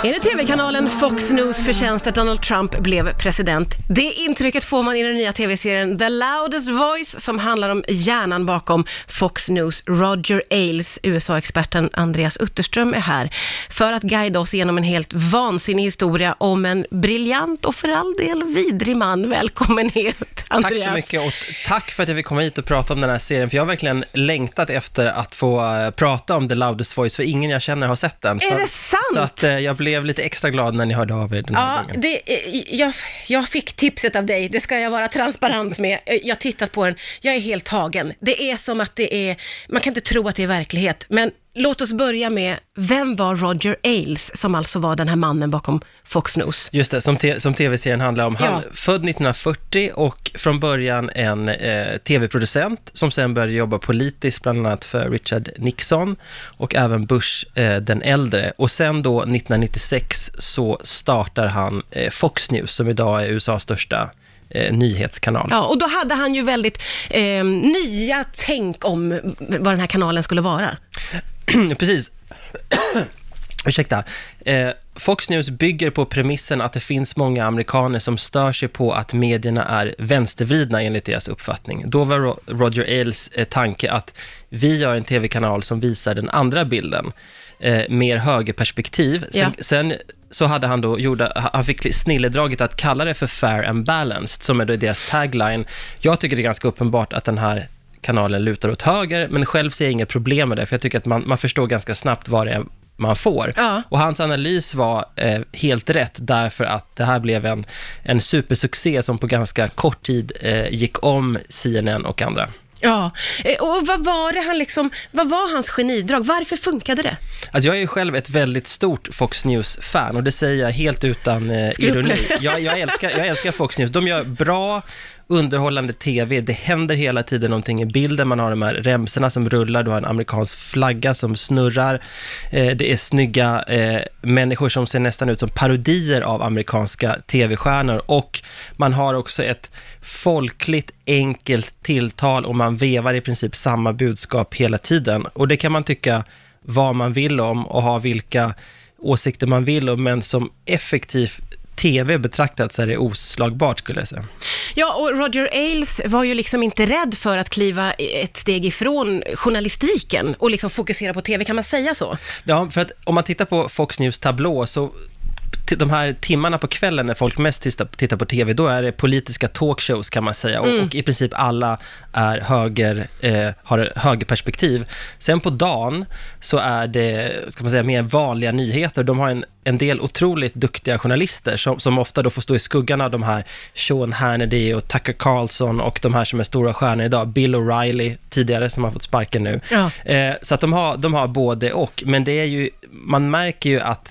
Är det tv-kanalen Fox News förtjänst att Donald Trump blev president? Det intrycket får man i den nya tv-serien The Loudest Voice som handlar om hjärnan bakom Fox News. Roger Ailes, USA-experten Andreas Utterström, är här för att guida oss genom en helt vansinnig historia om en briljant och för all del vidrig man. Välkommen hit, Andreas. Tack så mycket och tack för att jag fick komma hit och prata om den här serien, för jag har verkligen längtat efter att få prata om The Loudest Voice, för ingen jag känner har sett den. Är det sant? Så att jag blev lite extra glad när ni hörde av er den här gången. Jag fick tipset av dig, det ska jag vara transparent med. Jag har tittat på den, jag är helt tagen. Det är som att det är, man kan inte tro att det är verklighet. Men låt oss börja med, vem var Roger Ailes som alltså var den här mannen bakom Fox News? Just det, som tv-serien handlar om. Han född 1940 och från början en tv-producent som sen började jobba politiskt, bland annat för Richard Nixon och även Bush den äldre. Och sen då 1996 så startar han Fox News som idag är USAs största nyhetskanal. Ja, och då hade han ju väldigt nya tänk om vad den här kanalen skulle vara. Precis. Ursäkta. Fox News bygger på premissen att det finns många amerikaner som stör sig på att medierna är vänstervridna enligt deras uppfattning. Då var Roger Ailes tanke att vi gör en tv-kanal som visar den andra bilden, mer högerperspektiv. Sen så hade han då han fick snilledraget att kalla det för fair and balanced, som är då deras tagline. Jag tycker det är ganska uppenbart att den här kanalen lutar åt höger, men själv ser jag inga problem med det, för jag tycker att man förstår ganska snabbt vad det är man får. Ja. Och hans analys var helt rätt, därför att det här blev en supersuccé som på ganska kort tid gick om CNN och andra. Ja, och vad var hans genidrag? Varför funkade det? Alltså jag är ju själv ett väldigt stort Fox News-fan, och det säger jag helt utan ironi. Jag älskar Fox News. De gör bra, underhållande tv. Det händer hela tiden någonting i bilden. Man har de här remsorna som rullar. Du har en amerikansk flagga som snurrar. Det är snygga människor som ser nästan ut som parodier av amerikanska tv-stjärnor. Och man har också ett folkligt, enkelt tilltal, och man vevar i princip samma budskap hela tiden. Och det kan man tycka vad man vill om och ha vilka åsikter man vill om, men som effektivt tv betraktat så är det oslagbart, skulle jag säga. Ja, och Roger Ailes var ju liksom inte rädd för att kliva ett steg ifrån journalistiken och liksom fokusera på tv, kan man säga så? Ja, för att om man tittar på Fox News tablå, så de här timmarna på kvällen när folk mest tittar på tv, då är det politiska talkshows, kan man säga. Och i princip alla är har högerperspektiv. Sen på dagen så är det, ska man säga, mer vanliga nyheter. De har en del otroligt duktiga journalister som ofta då får stå i skuggan av de här Sean Hannity och Tucker Carlson och de här som är stora stjärnor idag. Bill O'Reilly tidigare, som har fått sparken nu. Ja. Så att de har både och. Men det är ju, man märker ju att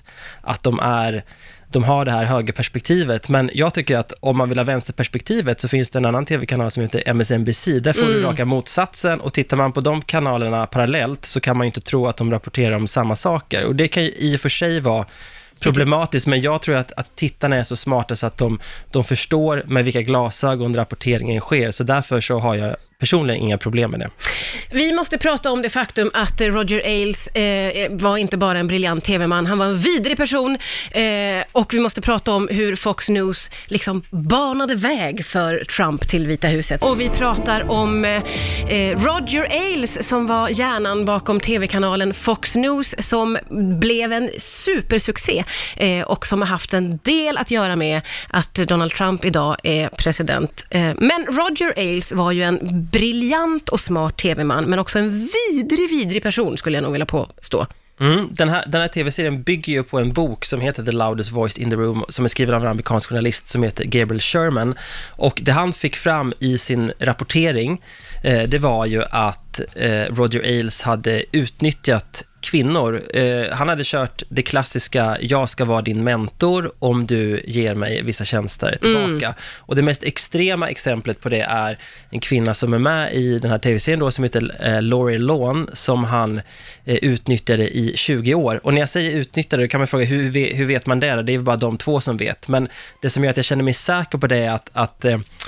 de har det här högerperspektivet, men jag tycker att om man vill ha vänsterperspektivet så finns det en annan tv-kanal som heter MSNBC. Där får du raka motsatsen, och tittar man på de kanalerna parallellt så kan man ju inte tro att de rapporterar om samma saker, och det kan ju i och för sig vara problematiskt, men jag tror att tittarna är så smarta så att de förstår med vilka glasögon rapporteringen sker, så därför så har jag personligen inga problem med det. Vi måste prata om det faktum att Roger Ailes var inte bara en briljant tv-man, han var en vidrig person, och vi måste prata om hur Fox News liksom banade väg för Trump till Vita huset. Och vi pratar om Roger Ailes som var hjärnan bakom tv-kanalen Fox News, som blev en supersuccé och som har haft en del att göra med att Donald Trump idag är president. Men Roger Ailes var ju en briljant och smart tv-man, men också en vidrig person, skulle jag nog vilja påstå. Den här tv-serien bygger ju på en bok som heter The Loudest Voice in the Room, som är skriven av en amerikansk journalist som heter Gabriel Sherman, och det han fick fram i sin rapportering det var ju att Roger Ailes hade utnyttjat kvinnor. Han hade kört det klassiska, jag ska vara din mentor om du ger mig vissa tjänster tillbaka. Och det mest extrema exemplet på det är en kvinna som är med i den här tv-serien då, som heter Lori Lohan, som han utnyttjade i 20 år. Och när jag säger utnyttjade, då kan man fråga hur vet man det? Det är bara de två som vet. Men det som gör att jag känner mig säker på det är att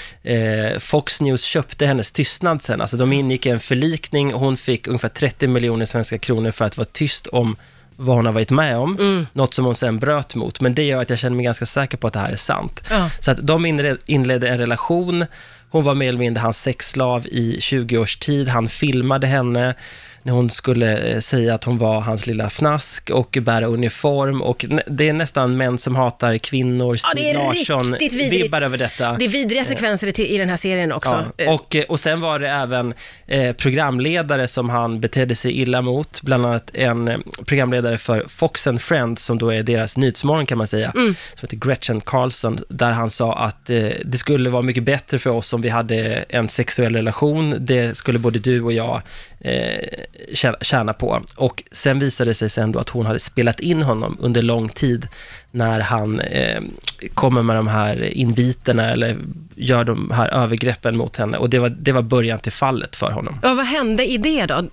Fox News köpte hennes tystnad sen. Alltså de ingick i en förlikning och hon fick ungefär 30 miljoner svenska kronor för att vara tyst om vad hon har varit med om. Något som hon sen bröt mot. Men det gör att jag känner mig ganska säker på att det här är sant. Ja. Så att de inledde en relation. Hon var mer eller mindre hans sexslav i 20 års tid. Han filmade henne när hon skulle säga att hon var hans lilla fnask och bära uniform. Och det är nästan män som hatar kvinnor. Stig Larsson vibbar över detta. Det är vidriga sekvenser i den här serien också. Ja. Och sen var det även programledare som han betedde sig illa mot. Bland annat en programledare för Fox and Friends, som då är deras nyhetsmorgon kan man säga. Som heter Gretchen Carlson, där han sa att det skulle vara mycket bättre för oss om vi hade en sexuell relation. Det skulle både du och jag tjäna på. Och sen visade det sig sen då att hon hade spelat in honom under lång tid när han kommer med de här inviterna eller gör de här övergreppen mot henne. Och det var början till fallet för honom. Ja, vad hände i det då?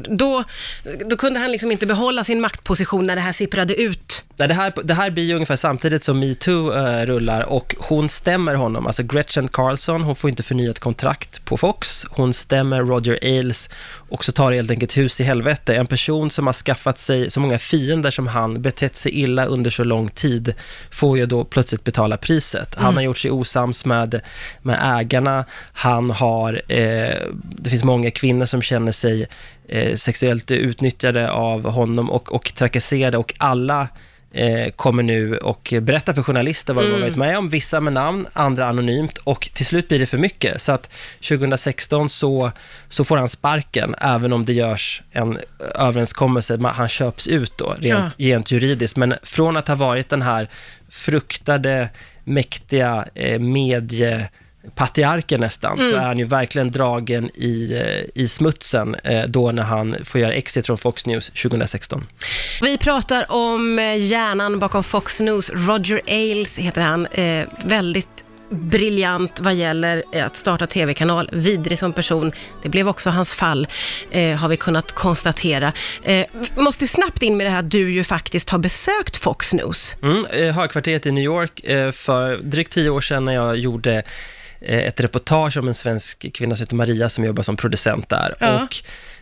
Då kunde han liksom inte behålla sin maktposition när det här sipprade ut. Det här blir ju ungefär samtidigt som MeToo rullar, och hon stämmer honom. Alltså Gretchen Carlson, hon får inte förnyat kontrakt på Fox. Hon stämmer Roger Ailes och så tar helt enkelt hus i helvete. En person som har skaffat sig så många fiender som han, betett sig illa under så lång tid, får ju då plötsligt betala priset. Han har gjort sig osams med ägarna. Han har det finns många kvinnor som känner sig sexuellt utnyttjade av honom och trakasserade, och alla kommer nu och berättar för journalister vad de har varit med om, vissa med namn, andra anonymt, och till slut blir det för mycket. Så att 2016 så får han sparken, även om det görs en överenskommelse, han köps ut då, rent juridiskt. Men från att ha varit den här fruktade, mäktiga mediepatriarken nästan, så är han ju verkligen dragen i smutsen då när han får göra exit från Fox News 2016. Vi pratar om hjärnan bakom Fox News. Roger Ailes heter han. Väldigt briljant vad gäller att starta tv-kanal. Vidrig som person. Det blev också hans fall, har vi kunnat konstatera. Måste snabbt in med det här att du ju faktiskt har besökt Fox News. Högkvarteret i New York för drygt 10 år sedan, när jag gjorde ett reportage om en svensk kvinna som heter Maria som jobbar som producent där. Ja. Och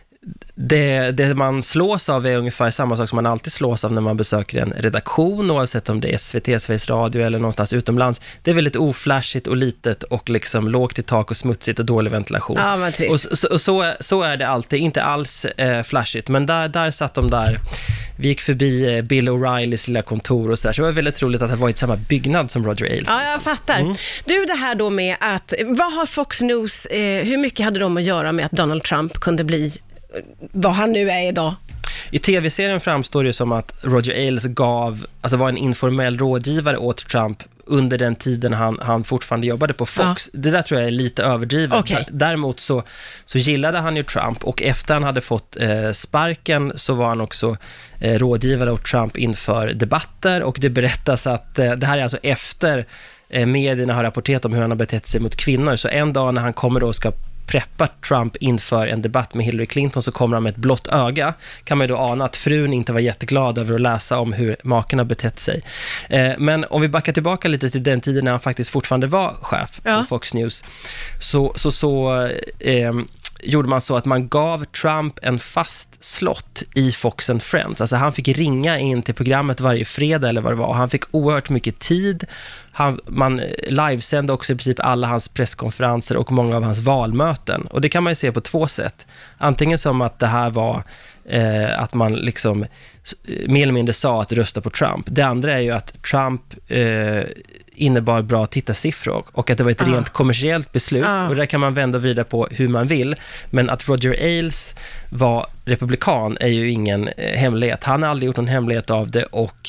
det man slås av är ungefär samma sak som man alltid slås av när man besöker en redaktion, oavsett om det är SVT, Sveriges Radio eller någonstans utomlands. Det är väldigt oflashigt och litet och liksom lågt i tak och smutsigt och dålig ventilation. Ja, vad trist. Och så är det alltid, inte alls flashigt, men där satt de där. Vi gick förbi Bill O'Reillys lilla kontor och så där. Så det var väldigt roligt att ha varit i samma byggnad som Roger Ailes. Ja, jag fattar. Du, det här då med att, vad har Fox News, hur mycket hade de att göra med att Donald Trump kunde bli vad han nu är idag? I tv-serien framstår det som att Roger Ailes var en informell rådgivare åt Trump under den tiden han fortfarande jobbade på Fox. Ja. Det där tror jag är lite överdrivet. Okay. Däremot så gillade han ju Trump, och efter han hade fått sparken så var han också rådgivare åt Trump inför debatter, och det berättas att det här är alltså efter medierna har rapporterat om hur han har betett sig mot kvinnor. Så en dag när han kommer då och ska preppa Trump inför en debatt med Hillary Clinton, så kommer han med ett blått öga. Kan man ju då ana att frun inte var jätteglad över att läsa om hur maken har betett sig. Men om vi backar tillbaka lite till den tiden när han faktiskt fortfarande var chef på Fox News, så gjorde man så att man gav Trump en fast slott i Fox and Friends. Alltså han fick ringa in till programmet varje fredag eller vad det var. Han fick oerhört mycket tid. Man livesände också i princip alla hans presskonferenser och många av hans valmöten. Och det kan man ju se på 2 sätt. Antingen som att det här var att man liksom mer eller mindre sa att rösta på Trump. Det andra är ju att Trump innebar bra tittarsiffror och att det var ett rent kommersiellt beslut, och där kan man vända vidare på hur man vill. Men att Roger Ailes var republikan är ju ingen hemlighet. Han har aldrig gjort någon hemlighet av det, och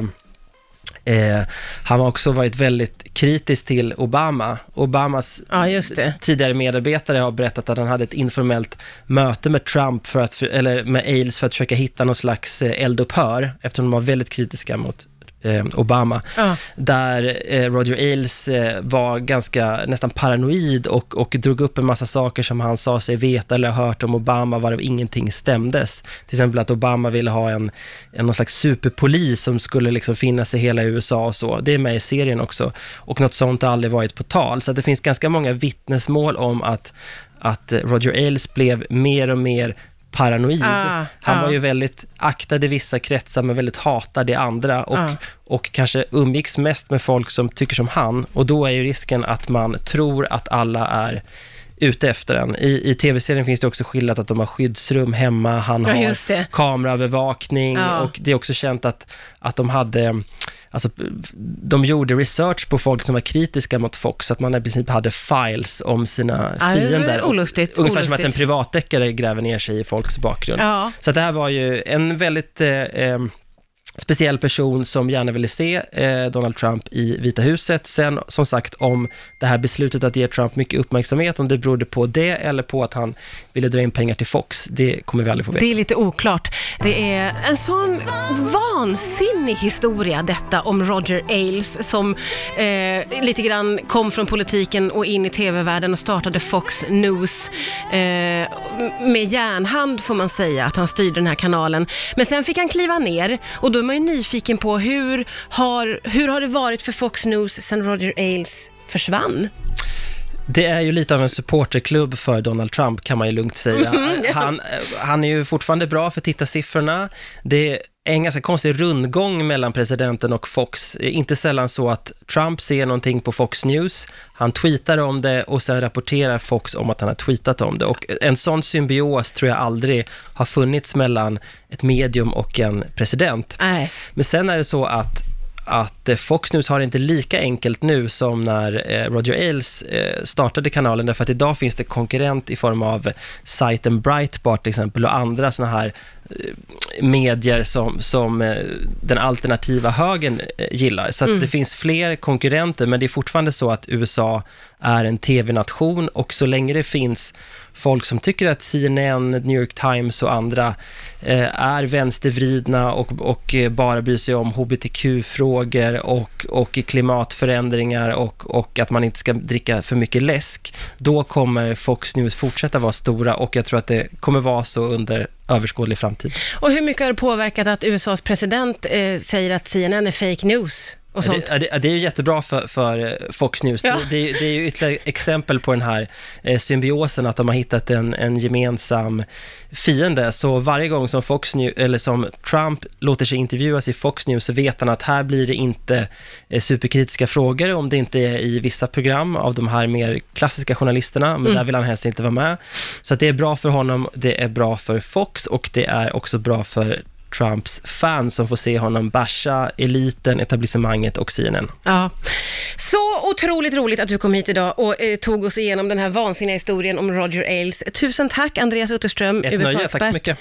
han har också varit väldigt kritisk till Obama. Obamas tidigare medarbetare har berättat att han hade ett informellt möte med Trump med Ailes för att försöka hitta någon slags eldupphör, eftersom de var väldigt kritiska mot Obama, där Roger Ailes var ganska nästan paranoid och drog upp en massa saker som han sa sig veta eller hört om Obama, varav ingenting stämdes. Till exempel att Obama ville ha någon slags superpolis som skulle liksom finnas i hela USA och så. Det är med i serien också. Och något sånt har aldrig varit på tal. Så att det finns ganska många vittnesmål om att Roger Ailes blev mer och mer paranoid. Han var ju väldigt aktad i vissa kretsar men väldigt hatad i andra och kanske umgicks mest med folk som tycker som han. Och då är ju risken att man tror att alla är ute efter en. I tv-serien finns det också skildrat att de har skyddsrum hemma. Han har kameraövervakning och det är också känt att de hade... Alltså, de gjorde research på folk som var kritiska mot Fox, så att man i princip hade files om sina fiender. Ungefär som att en privatdeckare gräver ner sig i folks bakgrund. Ja. Så att det här var ju en väldigt speciell person som gärna ville se Donald Trump i Vita huset. Sen, som sagt, om det här beslutet att ge Trump mycket uppmärksamhet, om det berodde på det eller på att han ville dra in pengar till Fox, det kommer vi aldrig få veta. Det är lite oklart. Det är en sån vansinnig historia detta om Roger Ailes som lite grann kom från politiken och in i tv-världen och startade Fox News med järnhand, får man säga, att han styrde den här kanalen. Men sen fick han kliva ner och då är man ju nyfiken på hur har det varit för Fox News sen Roger Ailes försvann? Det är ju lite av en supporterklubb för Donald Trump, kan man ju lugnt säga. Han är ju fortfarande bra för tittarsiffrorna. Det är en ganska konstig rundgång mellan presidenten och Fox. Inte sällan så att Trump ser någonting på Fox News, han tweetar om det och sen rapporterar Fox om att han har tweetat om det. Och en sån symbios tror jag aldrig har funnits mellan ett medium och en president. Men sen är det så att Fox News har inte lika enkelt nu som när Roger Ailes startade kanalen, därför att idag finns det konkurrent i form av sajten Breitbart till exempel och andra såna här medier som den alternativa högern gillar. Så att det finns fler konkurrenter, men det är fortfarande så att USA är en tv-nation, och så länge det finns folk som tycker att CNN, New York Times och andra är vänstervridna och bara bryr sig om hbtq-frågor och klimatförändringar och att man inte ska dricka för mycket läsk, då kommer Fox News fortsätta vara stora, och jag tror att det kommer vara så under överskådlig framtid. Och hur mycket har det påverkat att USAs president säger att CNN är fake news? Det är ju jättebra för Fox News. Ja. Det är ju ytterligare exempel på den här symbiosen, att de har hittat en gemensam fiende. Så varje gång som Fox News, eller som Trump låter sig intervjuas i Fox News, så vet han att här blir det inte superkritiska frågor, om det inte är i vissa program av de här mer klassiska journalisterna, men där vill han helst inte vara med. Så att det är bra för honom, det är bra för Fox, och det är också bra för Trumps fans som får se honom basha eliten, etablissemanget och CNN. Ja. Så otroligt roligt att du kom hit idag och tog oss igenom den här vansinniga historien om Roger Ailes. Tusen tack, Andreas Utterström, USA-expert. Tack så mycket.